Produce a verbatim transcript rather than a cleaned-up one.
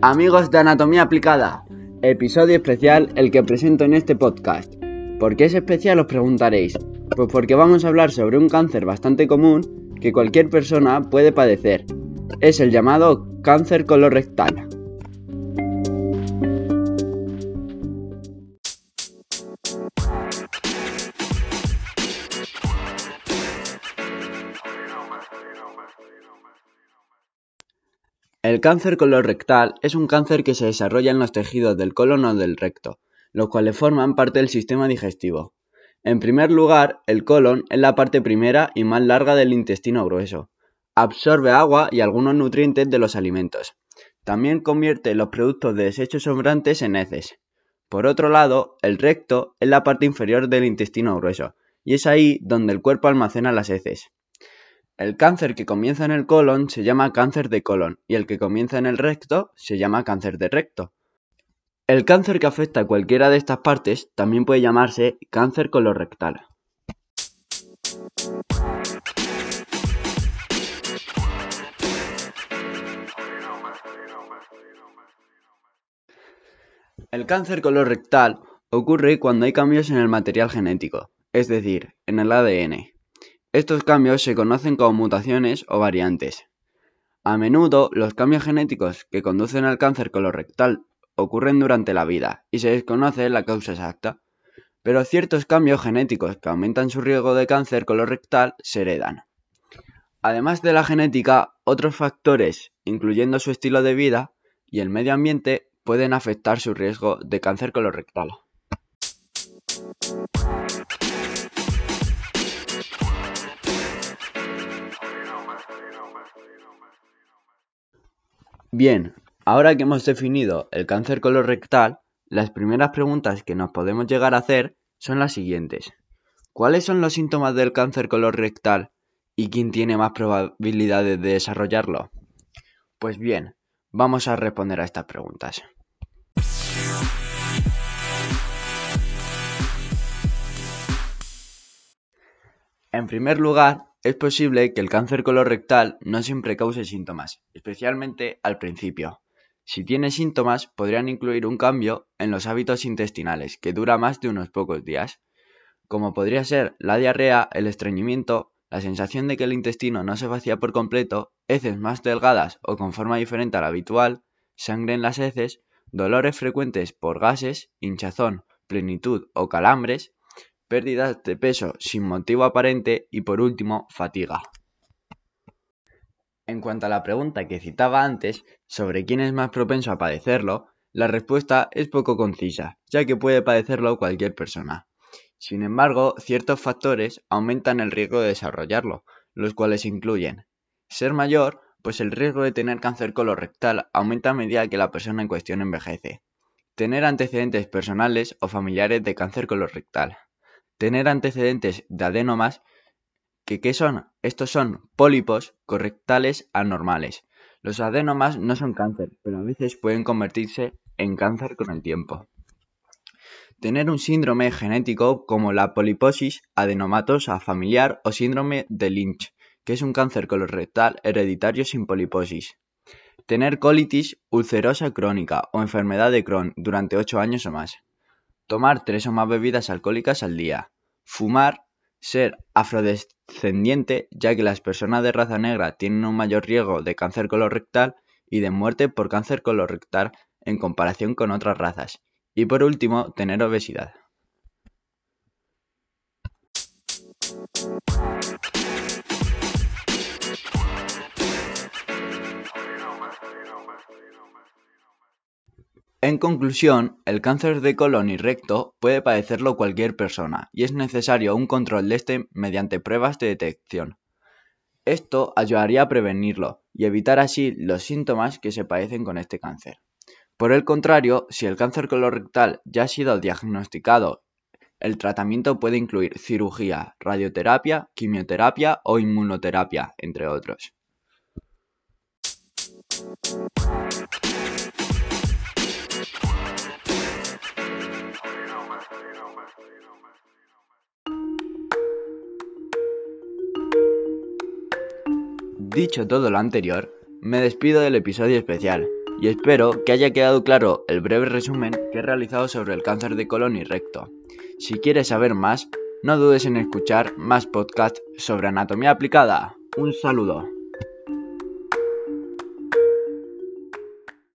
Amigos de Anatomía Aplicada, episodio especial el que presento en este podcast. ¿Por qué es especial os preguntaréis? Pues porque vamos a hablar sobre un cáncer bastante común que cualquier persona puede padecer. Es el llamado cáncer colorectal. El cáncer colorectal es un cáncer que se desarrolla en los tejidos del colon o del recto, los cuales forman parte del sistema digestivo. En primer lugar, el colon es la parte primera y más larga del intestino grueso. Absorbe agua y algunos nutrientes de los alimentos. También convierte los productos de desechos sobrantes en heces. Por otro lado, el recto es la parte inferior del intestino grueso, y es ahí donde el cuerpo almacena las heces. El cáncer que comienza en el colon se llama cáncer de colon y el que comienza en el recto se llama cáncer de recto. El cáncer que afecta a cualquiera de estas partes también puede llamarse cáncer colorectal. El cáncer colorectal ocurre cuando hay cambios en el material genético, es decir, en el A D N. Estos cambios se conocen como mutaciones o variantes. A menudo, los cambios genéticos que conducen al cáncer colorectal ocurren durante la vida y se desconoce la causa exacta, pero ciertos cambios genéticos que aumentan su riesgo de cáncer colorectal se heredan. Además de la genética, otros factores, incluyendo su estilo de vida y el medio ambiente, pueden afectar su riesgo de cáncer colorectal. Bien, ahora que hemos definido el cáncer colorectal, las primeras preguntas que nos podemos llegar a hacer son las siguientes. ¿Cuáles son los síntomas del cáncer colorectal y quién tiene más probabilidades de desarrollarlo? Pues bien, vamos a responder a estas preguntas. En primer lugar, es posible que el cáncer colorectal no siempre cause síntomas, especialmente al principio. Si tiene síntomas, podrían incluir un cambio en los hábitos intestinales que dura más de unos pocos días, como podría ser la diarrea, el estreñimiento, la sensación de que el intestino no se vacía por completo, heces más delgadas o con forma diferente a la habitual, sangre en las heces, dolores frecuentes por gases, hinchazón, plenitud o calambres, pérdidas de peso sin motivo aparente y por último, fatiga. En cuanto a la pregunta que citaba antes sobre quién es más propenso a padecerlo, la respuesta es poco concisa, ya que puede padecerlo cualquier persona. Sin embargo, ciertos factores aumentan el riesgo de desarrollarlo, los cuales incluyen ser mayor, pues el riesgo de tener cáncer colorectal aumenta a medida que la persona en cuestión envejece. Tener antecedentes personales o familiares de cáncer colorectal. Tener antecedentes de adenomas, que ¿qué son? Estos son pólipos correctales anormales. Los adenomas no son cáncer, pero a veces pueden convertirse en cáncer con el tiempo. Tener un síndrome genético como la poliposis adenomatosa familiar o síndrome de Lynch, que es un cáncer colorectal hereditario sin poliposis. Tener colitis ulcerosa crónica o enfermedad de Crohn durante ocho años o más. Tomar tres o más bebidas alcohólicas al día. Fumar. Ser afrodescendiente, ya que las personas de raza negra tienen un mayor riesgo de cáncer colorectal y de muerte por cáncer colorectal en comparación con otras razas. Y por último, tener obesidad. En conclusión, el cáncer de colon y recto puede padecerlo cualquier persona y es necesario un control de este mediante pruebas de detección. Esto ayudaría a prevenirlo y evitar así los síntomas que se padecen con este cáncer. Por el contrario, si el cáncer colorectal ya ha sido diagnosticado, el tratamiento puede incluir cirugía, radioterapia, quimioterapia o inmunoterapia, entre otros. Dicho todo lo anterior, me despido del episodio especial y espero que haya quedado claro el breve resumen que he realizado sobre el cáncer de colon y recto. Si quieres saber más, no dudes en escuchar más podcasts sobre anatomía aplicada. Un saludo.